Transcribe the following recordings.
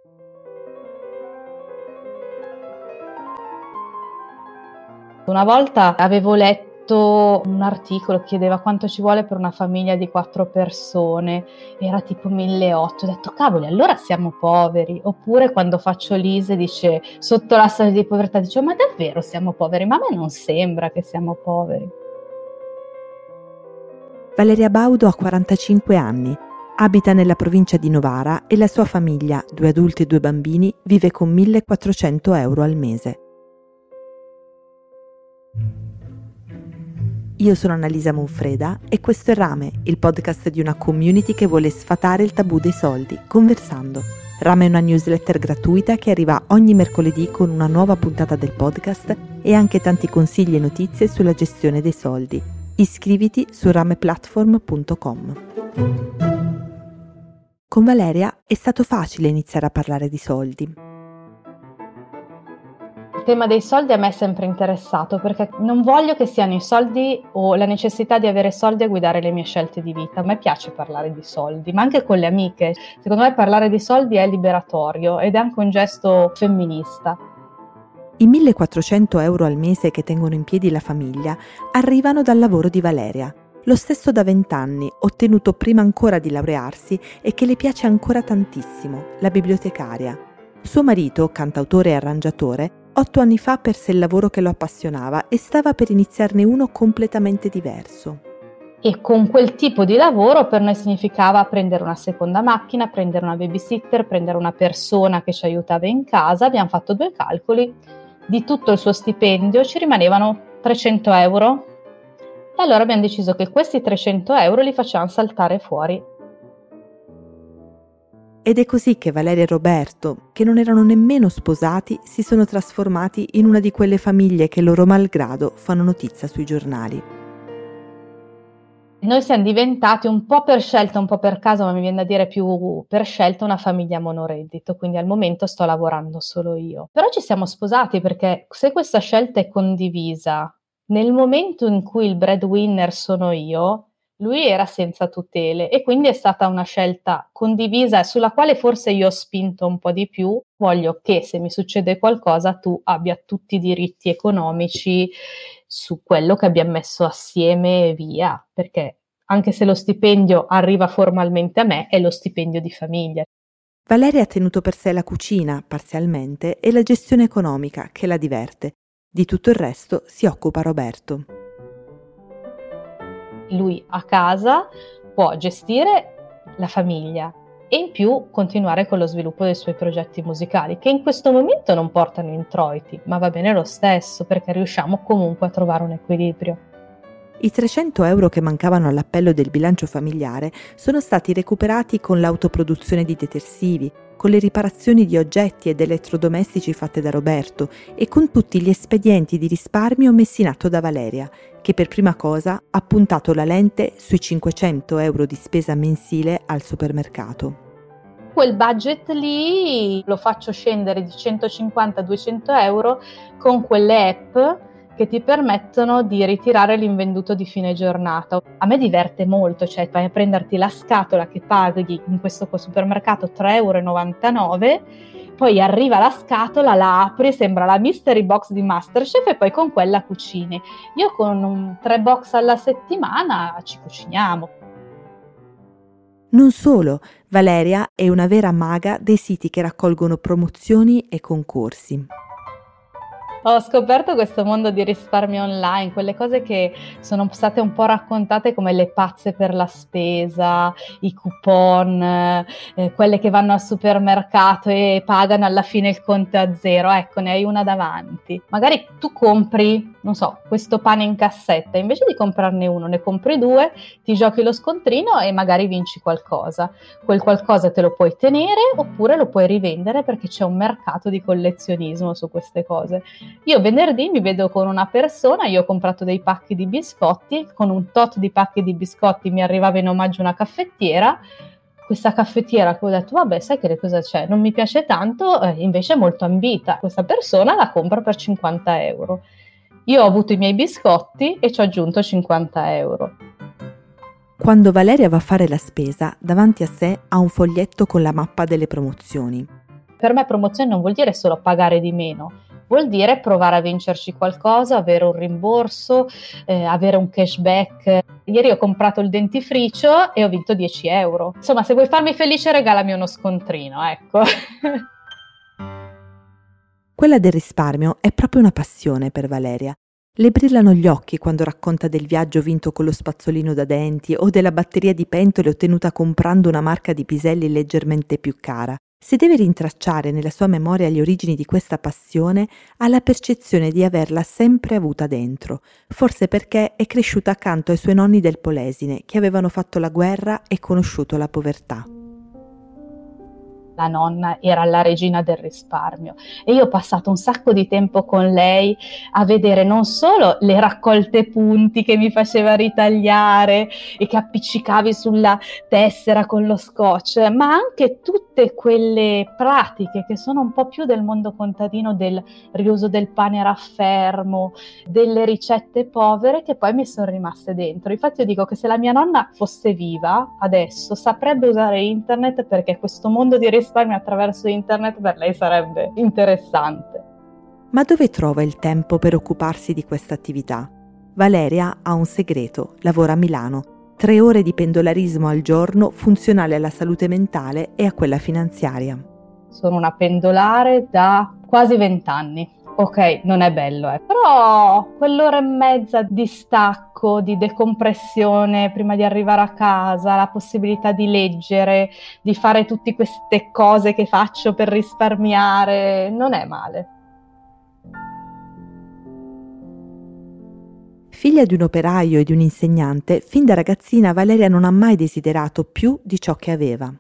Una volta avevo letto un articolo che chiedeva quanto ci vuole per una famiglia di 4 persone, era tipo 1.800, ho detto cavoli, allora siamo poveri. Oppure quando faccio l'ISEE dice sotto la soglia di povertà, dice ma davvero siamo poveri? Ma a me non sembra che siamo poveri. Valeria Baudo ha 45 anni, abita nella provincia di Novara e la sua famiglia, 2 adulti e 2 bambini, vive con 1.400 euro al mese. Io sono Annalisa Monfreda e questo è Rame, il podcast di una community che vuole sfatare il tabù dei soldi, conversando. Rame è una newsletter gratuita che arriva ogni mercoledì con una nuova puntata del podcast e anche tanti consigli e notizie sulla gestione dei soldi. Iscriviti su rameplatform.com. Con Valeria è stato facile iniziare a parlare di soldi. Il tema dei soldi a me è sempre interessato perché non voglio che siano i soldi o la necessità di avere soldi a guidare le mie scelte di vita. A me piace parlare di soldi, ma anche con le amiche. Secondo me parlare di soldi è liberatorio ed è anche un gesto femminista. I 1.400 euro al mese che tengono in piedi la famiglia arrivano dal lavoro di Valeria, lo stesso da 20 anni, ottenuto prima ancora di laurearsi e che le piace ancora tantissimo, la bibliotecaria. Suo marito, cantautore e arrangiatore, 8 anni fa perse il lavoro che lo appassionava e stava per iniziarne uno completamente diverso. E con quel tipo di lavoro per noi significava prendere una seconda macchina, prendere una babysitter, prendere una persona che ci aiutava in casa. Abbiamo fatto 2 calcoli, di tutto il suo stipendio ci rimanevano 300 euro e allora abbiamo deciso che questi 300 euro li facciamo saltare fuori. Ed è così che Valeria e Roberto, che non erano nemmeno sposati, si sono trasformati in una di quelle famiglie che loro malgrado fanno notizia sui giornali. Noi siamo diventati un po' per scelta, un po' per caso, ma mi viene da dire più per scelta, una famiglia monoreddito, quindi al momento sto lavorando solo io. Però ci siamo sposati perché se questa scelta è condivisa, nel momento in cui il breadwinner sono io, lui era senza tutele e quindi è stata una scelta condivisa sulla quale forse io ho spinto un po' di più. Voglio che se mi succede qualcosa tu abbia tutti i diritti economici su quello che abbiamo messo assieme e via, perché anche se lo stipendio arriva formalmente a me, è lo stipendio di famiglia. Valeria ha tenuto per sé la cucina, parzialmente, e la gestione economica, che la diverte. Di tutto il resto si occupa Roberto. Lui a casa può gestire la famiglia e in più continuare con lo sviluppo dei suoi progetti musicali, che in questo momento non portano introiti, ma va bene lo stesso perché riusciamo comunque a trovare un equilibrio. I 300 euro che mancavano all'appello del bilancio familiare sono stati recuperati con l'autoproduzione di detersivi, con le riparazioni di oggetti ed elettrodomestici fatte da Roberto e con tutti gli espedienti di risparmio messi in atto da Valeria, che per prima cosa ha puntato la lente sui 500 euro di spesa mensile al supermercato. Quel budget lì lo faccio scendere di 150-200 euro con quelle app che ti permettono di ritirare l'invenduto di fine giornata. A me diverte molto, cioè vai a prenderti la scatola che paghi in questo supermercato 3,99 euro, poi arriva la scatola, la apri, sembra la mystery box di MasterChef e poi con quella cucini. Io con 3 box alla settimana ci cuciniamo. Non solo, Valeria è una vera maga dei siti che raccolgono promozioni e concorsi. Ho scoperto questo mondo di risparmio online, quelle cose che sono state un po' raccontate come le pazze per la spesa, i coupon, quelle che vanno al supermercato e pagano alla fine il conto a zero. Ecco, ne hai una davanti. Magari tu compri, non so, questo pane in cassetta, invece di comprarne uno ne compri 2, ti giochi lo scontrino e magari vinci qualcosa. Quel qualcosa te lo puoi tenere oppure lo puoi rivendere perché c'è un mercato di collezionismo su queste cose. Io venerdì mi vedo con una persona, io ho comprato dei pacchi di biscotti, con un tot di pacchi di biscotti mi arrivava in omaggio una caffettiera. Questa caffettiera che ho detto, vabbè, sai che cosa c'è? Non mi piace tanto, invece è molto ambita. Questa persona la compra per 50 euro. Io ho avuto i miei biscotti e ci ho aggiunto 50 euro. Quando Valeria va a fare la spesa, davanti a sé ha un foglietto con la mappa delle promozioni. Per me promozione non vuol dire solo pagare di meno, vuol dire provare a vincerci qualcosa, avere un rimborso, avere un cashback. Ieri ho comprato il dentifricio e ho vinto 10 euro. Insomma, se vuoi farmi felice regalami uno scontrino, ecco. Quella del risparmio è proprio una passione per Valeria. Le brillano gli occhi quando racconta del viaggio vinto con lo spazzolino da denti o della batteria di pentole ottenuta comprando una marca di piselli leggermente più cara. Se deve rintracciare nella sua memoria le origini di questa passione, ha la percezione di averla sempre avuta dentro, forse perché è cresciuta accanto ai suoi nonni del Polesine, che avevano fatto la guerra e conosciuto la povertà. La nonna era la regina del risparmio e io ho passato un sacco di tempo con lei a vedere non solo le raccolte punti che mi faceva ritagliare e che appiccicavi sulla tessera con lo scotch, ma anche tutte quelle pratiche che sono un po' più del mondo contadino, del riuso del pane raffermo, delle ricette povere che poi mi sono rimaste dentro. Infatti io dico che se la mia nonna fosse viva adesso saprebbe usare internet, perché questo mondo di risparmio attraverso internet per lei sarebbe interessante. Ma dove trova il tempo per occuparsi di questa attività? Valeria ha un segreto, lavora a Milano, 3 ore di pendolarismo al giorno funzionale alla salute mentale e a quella finanziaria. Sono una pendolare da quasi 20 anni. Ok, non è bello, però quell'ora e mezza di stacco, di decompressione prima di arrivare a casa, la possibilità di leggere, di fare tutte queste cose che faccio per risparmiare, non è male. Figlia di un operaio e di un insegnante, fin da ragazzina Valeria non ha mai desiderato più di ciò che aveva.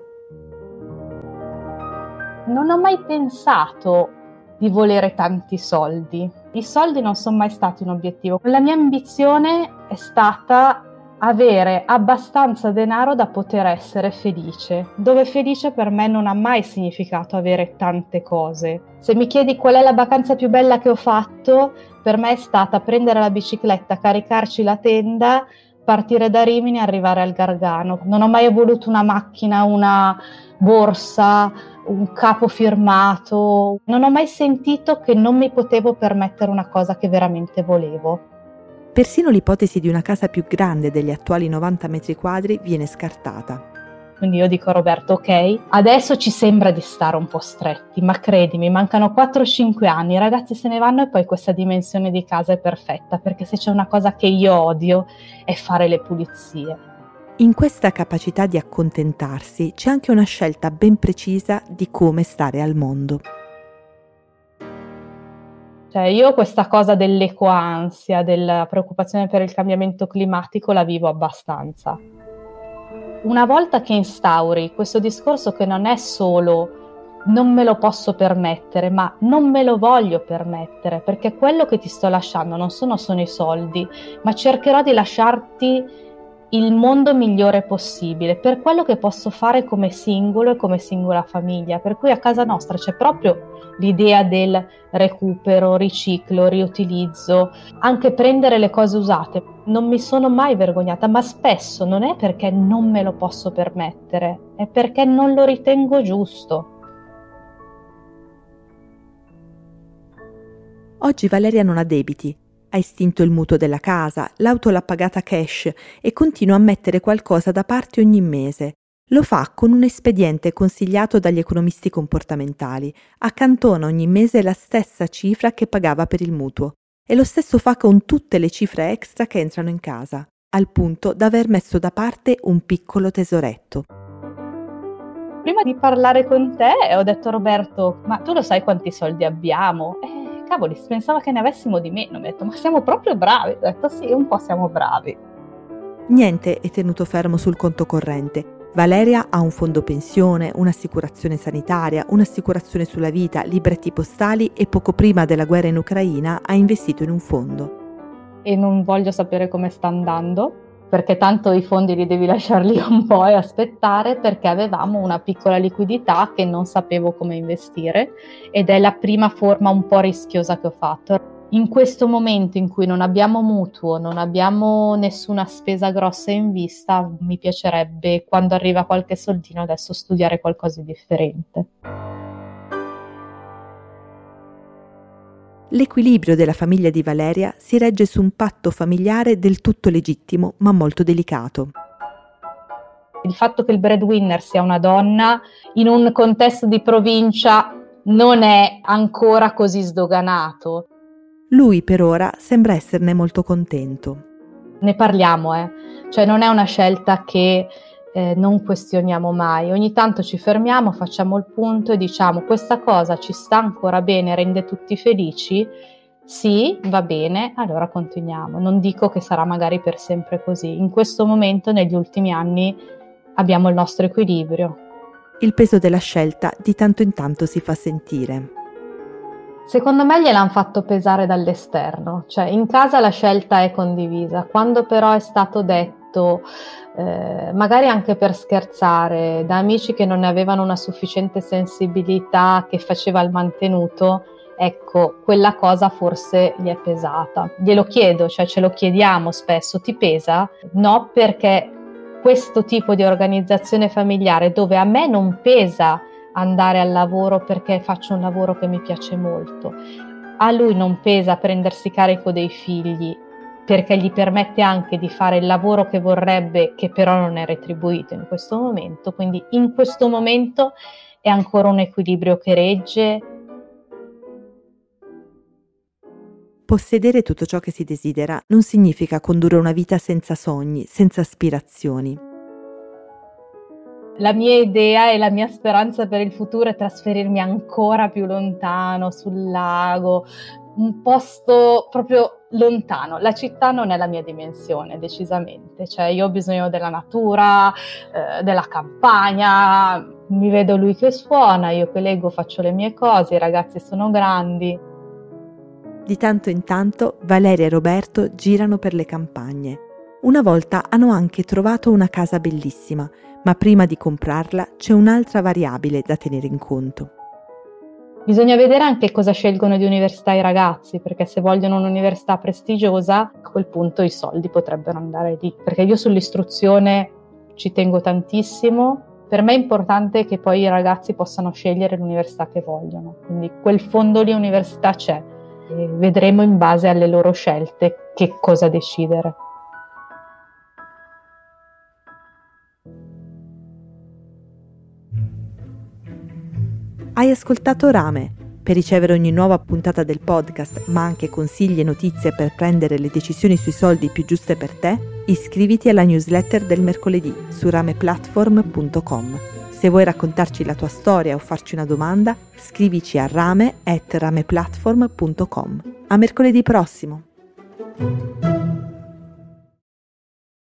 Non ho mai pensato di volere tanti soldi. I soldi non sono mai stati un obiettivo. La mia ambizione è stata avere abbastanza denaro da poter essere felice, dove felice per me non ha mai significato avere tante cose. Se mi chiedi qual è la vacanza più bella che ho fatto, per me è stata prendere la bicicletta, caricarci la tenda, partire da Rimini e arrivare al Gargano. Non ho mai voluto una macchina, una borsa, un capo firmato. Non ho mai sentito che non mi potevo permettere una cosa che veramente volevo. Persino l'ipotesi di una casa più grande degli attuali 90 metri quadri viene scartata. Quindi io dico a Roberto, ok, adesso ci sembra di stare un po' stretti, ma credimi, mancano 4-5 anni, i ragazzi se ne vanno e poi questa dimensione di casa è perfetta, perché se c'è una cosa che io odio è fare le pulizie. In questa capacità di accontentarsi c'è anche una scelta ben precisa di come stare al mondo. Cioè io questa cosa dell'ecoansia, della preoccupazione per il cambiamento climatico la vivo abbastanza. Una volta che instauri questo discorso che non è solo non me lo posso permettere, ma non me lo voglio permettere, perché quello che ti sto lasciando non sono i soldi, ma cercherò di lasciarti il mondo migliore possibile, per quello che posso fare come singolo e come singola famiglia. Per cui a casa nostra c'è proprio l'idea del recupero, riciclo, riutilizzo, anche prendere le cose usate. Non mi sono mai vergognata, ma spesso non è perché non me lo posso permettere, è perché non lo ritengo giusto. Oggi Valeria non ha debiti. Ha estinto il mutuo della casa, l'auto l'ha pagata cash e continua a mettere qualcosa da parte ogni mese. Lo fa con un espediente consigliato dagli economisti comportamentali. Accantona ogni mese la stessa cifra che pagava per il mutuo. E lo stesso fa con tutte le cifre extra che entrano in casa, al punto da aver messo da parte un piccolo tesoretto. Prima di parlare con te ho detto a Roberto, ma tu lo sai quanti soldi abbiamo? Cavoli, pensava che ne avessimo di meno. Mi ha detto, ma siamo proprio bravi. Ho detto, sì, un po' siamo bravi. Niente è tenuto fermo sul conto corrente. Valeria ha un fondo pensione, un'assicurazione sanitaria, un'assicurazione sulla vita, libretti postali e poco prima della guerra in Ucraina ha investito in un fondo. E non voglio sapere come sta andando, perché tanto i fondi li devi lasciarli un po' e aspettare, perché avevamo una piccola liquidità che non sapevo come investire ed è la prima forma un po' rischiosa che ho fatto. In questo momento in cui non abbiamo mutuo, non abbiamo nessuna spesa grossa in vista, mi piacerebbe, quando arriva qualche soldino, adesso studiare qualcosa di differente. L'equilibrio della famiglia di Valeria si regge su un patto familiare del tutto legittimo ma molto delicato. Il fatto che il breadwinner sia una donna in un contesto di provincia non è ancora così sdoganato. Lui per ora sembra esserne molto contento. Ne parliamo, cioè non è una scelta che non questioniamo mai. Ogni tanto ci fermiamo, facciamo il punto e diciamo: questa cosa ci sta ancora bene, rende tutti felici? Sì, va bene, allora continuiamo. Non dico che sarà magari per sempre così. In questo momento, negli ultimi anni, abbiamo il nostro equilibrio. Il peso della scelta di tanto in tanto si fa sentire. Secondo me gliel'hanno fatto pesare dall'esterno, cioè in casa la scelta è condivisa, quando però è stato detto, magari anche per scherzare, da amici che non ne avevano una sufficiente sensibilità, che faceva il mantenuto, ecco, quella cosa forse gli è pesata. Glielo chiedo, cioè ce lo chiediamo spesso: ti pesa? No, perché questo tipo di organizzazione familiare, dove a me non pesa andare al lavoro perché faccio un lavoro che mi piace molto, a lui non pesa prendersi carico dei figli perché gli permette anche di fare il lavoro che vorrebbe, che però non è retribuito in questo momento, quindi in questo momento è ancora un equilibrio che regge. Possedere tutto ciò che si desidera non significa condurre una vita senza sogni, senza aspirazioni. La mia idea e la mia speranza per il futuro è trasferirmi ancora più lontano, sul lago, un posto proprio lontano. La città non è la mia dimensione, decisamente. Cioè, io ho bisogno della natura, della campagna, mi vedo lui che suona, io che leggo, faccio le mie cose, i ragazzi sono grandi. Di tanto in tanto Valeria e Roberto girano per le campagne. Una volta hanno anche trovato una casa bellissima, ma prima di comprarla c'è un'altra variabile da tenere in conto. Bisogna vedere anche cosa scelgono di università i ragazzi, perché se vogliono un'università prestigiosa, a quel punto i soldi potrebbero andare lì. Perché io sull'istruzione ci tengo tantissimo. Per me è importante che poi i ragazzi possano scegliere l'università che vogliono. Quindi quel fondo di università c'è. E vedremo in base alle loro scelte che cosa decidere. Hai ascoltato Rame. Per ricevere ogni nuova puntata del podcast, ma anche consigli e notizie per prendere le decisioni sui soldi più giuste per te, iscriviti alla newsletter del mercoledì su rameplatform.com. Se vuoi raccontarci la tua storia o farci una domanda, scrivici a rame@rameplatform.com. A mercoledì prossimo!